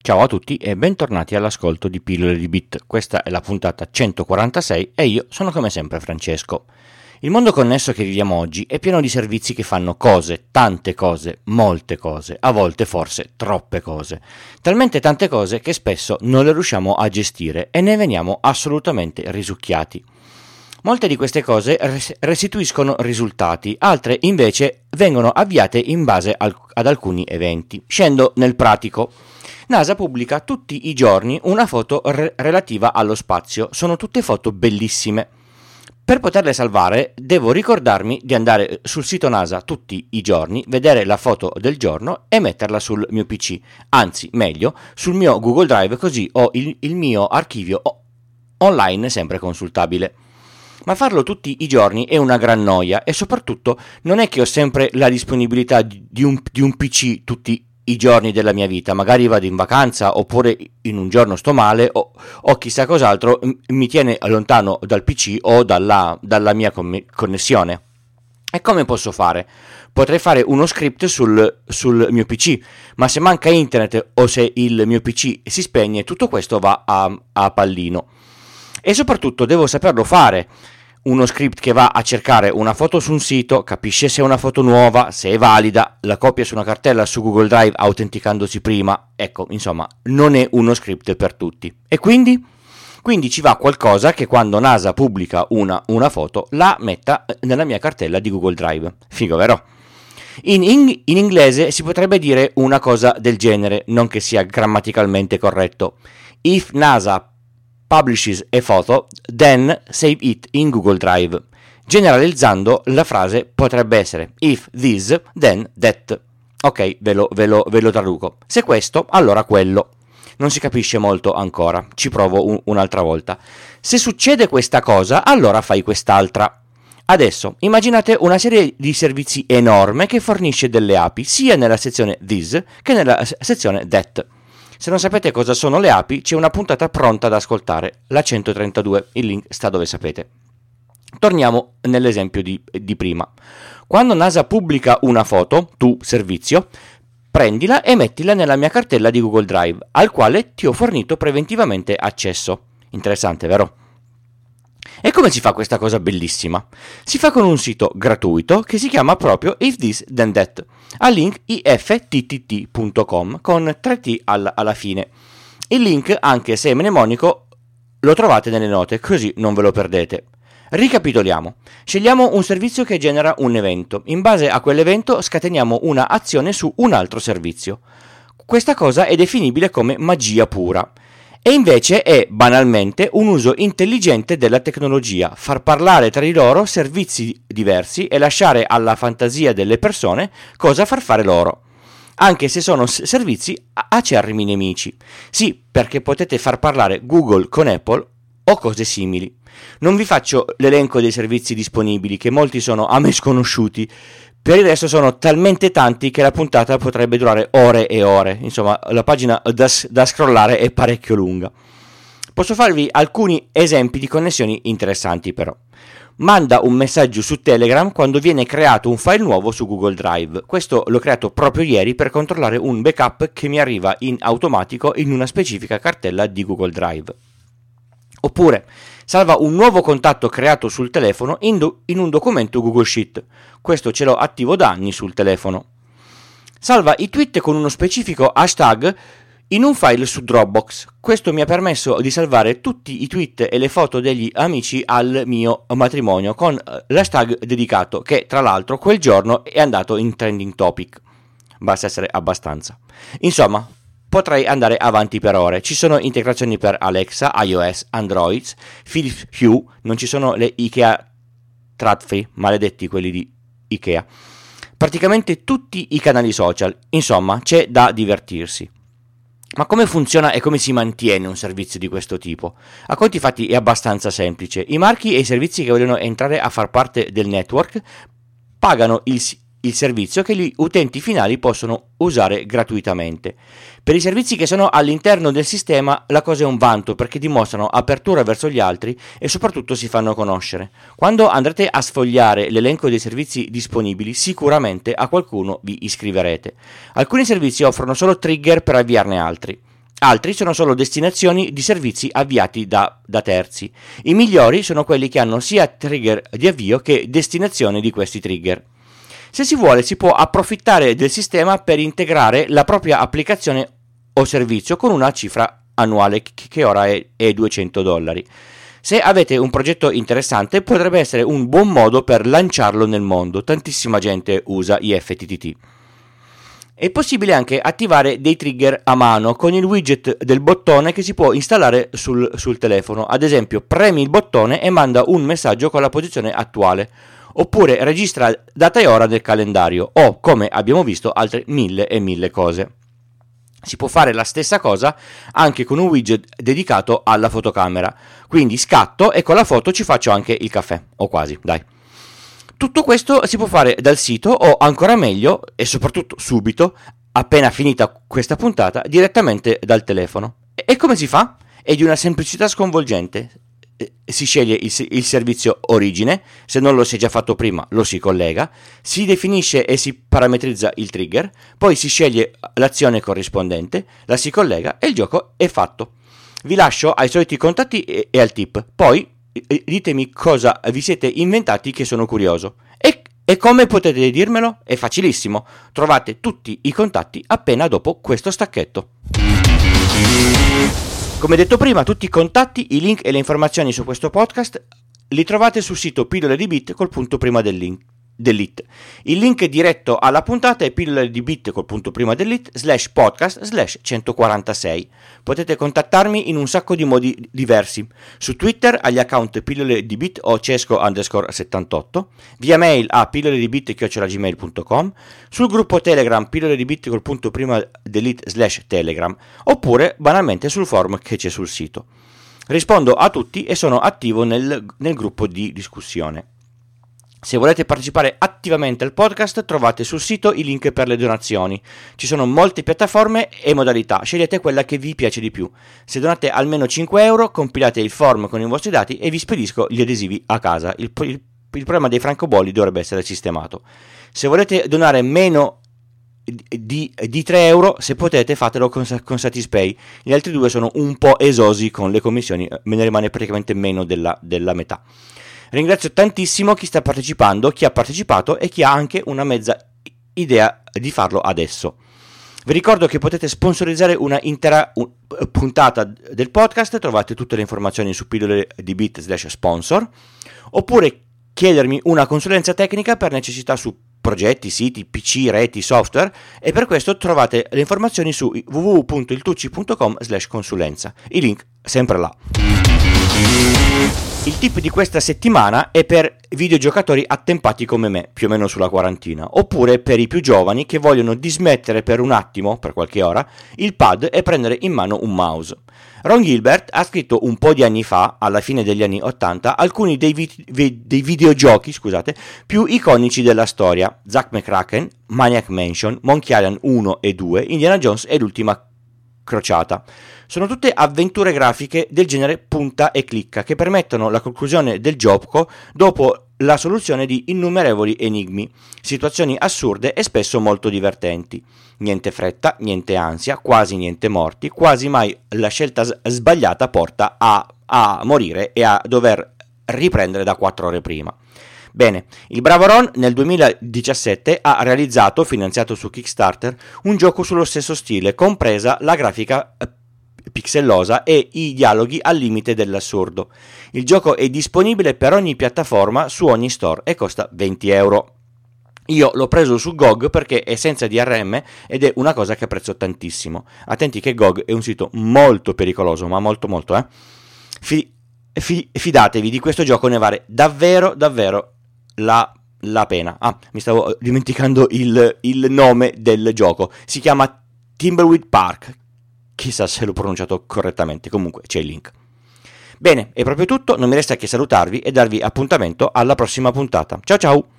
Ciao a tutti e bentornati all'ascolto di Pillole di Bit. Questa è la puntata 146 e io sono come sempre Francesco. Il mondo connesso che viviamo oggi è pieno di servizi che fanno cose, tante cose, molte cose, a volte forse troppe cose. Talmente tante cose che spesso non le riusciamo a gestire e ne veniamo assolutamente risucchiati. Molte di queste cose restituiscono risultati, altre invece vengono avviate in base ad alcuni eventi. Scendo nel pratico. NASA pubblica tutti i giorni una foto relativa allo spazio, sono tutte foto bellissime. Per poterle salvare devo ricordarmi di andare sul sito NASA tutti i giorni, vedere la foto del giorno e metterla sul mio PC, anzi meglio sul mio Google Drive, così ho il mio archivio online sempre consultabile. Ma farlo tutti i giorni è una gran noia e soprattutto non è che ho sempre la disponibilità di un PC tutti i giorni della mia vita, magari vado in vacanza oppure in un giorno sto male o chissà cos'altro mi tiene lontano dal PC o dalla mia connessione. E come posso fare? Potrei fare uno script sul mio PC, ma se manca internet o se il mio PC si spegne, tutto questo va a pallino. E soprattutto devo saperlo fare. Uno script che va a cercare una foto su un sito, capisce se è una foto nuova, se è valida, la copia su una cartella su Google Drive autenticandosi prima. Ecco, insomma, non è uno script per tutti. E quindi? Quindi ci va qualcosa che quando NASA pubblica una foto la metta nella mia cartella di Google Drive. Figo, vero? In inglese si potrebbe dire una cosa del genere, non che sia grammaticalmente corretto. If NASA publishes a photo, then save it in Google Drive. Generalizzando, la frase potrebbe essere if this, then that. Ok, ve lo traduco. Se questo, allora quello. Non si capisce molto ancora, ci provo un'altra volta. Se succede questa cosa, allora fai quest'altra. Adesso, immaginate una serie di servizi enorme che fornisce delle API, sia nella sezione this che nella sezione that. Se non sapete cosa sono le API, c'è una puntata pronta da ascoltare, la 132, il link sta dove sapete. Torniamo nell'esempio di prima. Quando NASA pubblica una foto, tu servizio, prendila e mettila nella mia cartella di Google Drive, al quale ti ho fornito preventivamente accesso. Interessante, vero? E come si fa questa cosa bellissima? Si fa con un sito gratuito che si chiama proprio If This Then That, al link ifttt.com con 3T alla fine. Il link, anche se è mnemonico, lo trovate nelle note, così non ve lo perdete. Ricapitoliamo. Scegliamo un servizio che genera un evento. In base a quell'evento scateniamo una azione su un altro servizio. Questa cosa è definibile come magia pura. E invece è, banalmente, un uso intelligente della tecnologia, far parlare tra di loro servizi diversi e lasciare alla fantasia delle persone cosa far fare loro, anche se sono servizi acerrimi nemici. Sì, perché potete far parlare Google con Apple o cose simili. Non vi faccio l'elenco dei servizi disponibili, che molti sono a me sconosciuti. Per il resto sono talmente tanti che la puntata potrebbe durare ore e ore. Insomma, la pagina da scrollare è parecchio lunga. Posso farvi alcuni esempi di connessioni interessanti però. Manda un messaggio su Telegram quando viene creato un file nuovo su Google Drive. Questo l'ho creato proprio ieri per controllare un backup che mi arriva in automatico in una specifica cartella di Google Drive. Oppure salva un nuovo contatto creato sul telefono in un documento Google Sheet. Questo ce l'ho attivo da anni sul telefono. Salva i tweet con uno specifico hashtag in un file su Dropbox. Questo mi ha permesso di salvare tutti i tweet e le foto degli amici al mio matrimonio con l'hashtag dedicato, che tra l'altro quel giorno è andato in trending topic. Basta essere abbastanza. Insomma, potrei andare avanti per ore. Ci sono integrazioni per Alexa, iOS, Android, Philips Hue, non ci sono le IKEA Tradfree, maledetti quelli di IKEA. Praticamente tutti i canali social, insomma, c'è da divertirsi. Ma come funziona e come si mantiene un servizio di questo tipo? A conti fatti è abbastanza semplice. I marchi e i servizi che vogliono entrare a far parte del network pagano il servizio che gli utenti finali possono usare gratuitamente. Per i servizi che sono all'interno del sistema la cosa è un vanto, perché dimostrano apertura verso gli altri e soprattutto si fanno conoscere. Quando andrete a sfogliare l'elenco dei servizi disponibili, sicuramente a qualcuno vi iscriverete. Alcuni servizi offrono solo trigger per avviarne altri. Altri sono solo destinazioni di servizi avviati da terzi. I migliori sono quelli che hanno sia trigger di avvio che destinazione di questi trigger. Se si vuole si può approfittare del sistema per integrare la propria applicazione o servizio con una cifra annuale che ora è $200. Se avete un progetto interessante potrebbe essere un buon modo per lanciarlo nel mondo. Tantissima gente usa IFTTT. È possibile anche attivare dei trigger a mano con il widget del bottone che si può installare sul telefono. Ad esempio, premi il bottone e manda un messaggio con la posizione attuale, oppure registra data e ora del calendario, o, come abbiamo visto, altre mille cose. Si può fare la stessa cosa anche con un widget dedicato alla fotocamera. Quindi scatto e con la foto ci faccio anche il caffè, o quasi, dai. Tutto questo si può fare dal sito o, ancora meglio, e soprattutto subito, appena finita questa puntata, direttamente dal telefono. E come si fa? È di una semplicità sconvolgente. Si sceglie il servizio origine, se non lo si è già fatto prima lo si collega, si definisce e si parametrizza il trigger, poi si sceglie l'azione corrispondente, la si collega e il gioco è fatto. Vi lascio ai soliti contatti e al tip, poi ditemi cosa vi siete inventati che sono curioso. E come potete dirmelo? È facilissimo, trovate tutti i contatti appena dopo questo stacchetto. Come detto prima, tutti i contatti, i link e le informazioni su questo podcast li trovate sul sito Pillole di Bit col punto prima dell'it. Il link diretto alla puntata è pillole di bit col punto prima dell'it /podcast/146. Potete contattarmi in un sacco di modi diversi. Su Twitter agli account pillole di bit o cesco_78, via mail a pilloledibit@gmail.com, sul gruppo Telegram pillole di bit col punto prima dell'it /telegram, oppure banalmente sul forum che c'è sul sito. Rispondo a tutti e sono attivo nel gruppo di discussione. Se volete partecipare attivamente al podcast, trovate sul sito i link per le donazioni. Ci sono molte piattaforme e modalità, scegliete quella che vi piace di più. Se donate almeno 5 euro, compilate il form con i vostri dati e vi spedisco gli adesivi a casa. Il problema dei francobolli dovrebbe essere sistemato. Se volete donare meno di 3 euro, se potete fatelo con Satispay. Gli altri due sono un po' esosi con le commissioni, me ne rimane praticamente meno della metà. Ringrazio tantissimo chi sta partecipando, chi ha partecipato e chi ha anche una mezza idea di farlo adesso. Vi ricordo che potete sponsorizzare una intera puntata del podcast, trovate tutte le informazioni su pillole di bit /sponsor, oppure chiedermi una consulenza tecnica per necessità su progetti, siti, PC, reti, software, e per questo trovate le informazioni su www.iltucci.com/consulenza. I link sempre là. Il tip di questa settimana è per videogiocatori attempati come me, più o meno sulla quarantina, oppure per i più giovani che vogliono dismettere per un attimo, per qualche ora, il pad e prendere in mano un mouse. Ron Gilbert ha scritto un po' di anni fa, alla fine degli anni 80, alcuni dei videogiochi, più iconici della storia: Zack McCracken, Maniac Mansion, Monkey Island 1 e 2, Indiana Jones e l'ultima crociata. Sono tutte avventure grafiche del genere punta e clicca che permettono la conclusione del gioco dopo la soluzione di innumerevoli enigmi, situazioni assurde e spesso molto divertenti. Niente fretta, niente ansia, quasi niente morti, quasi mai la scelta sbagliata porta a morire e a dover riprendere da 4 ore prima. Bene, il bravo Ron nel 2017 ha realizzato, finanziato su Kickstarter, un gioco sullo stesso stile, compresa la grafica pixellosa e i dialoghi al limite dell'assurdo. Il gioco è disponibile per ogni piattaforma su ogni store e costa 20 euro. Io l'ho preso su GOG perché è senza DRM ed è una cosa che apprezzo tantissimo. Attenti che GOG è un sito molto pericoloso, ma molto, fidatevi di questo gioco, ne vale davvero la pena. Mi stavo dimenticando il nome del gioco. Si chiama Thimbleweed Park. Chissà se l'ho pronunciato correttamente, comunque c'è il link. Bene, è proprio tutto, non mi resta che salutarvi e darvi appuntamento alla prossima puntata. Ciao ciao!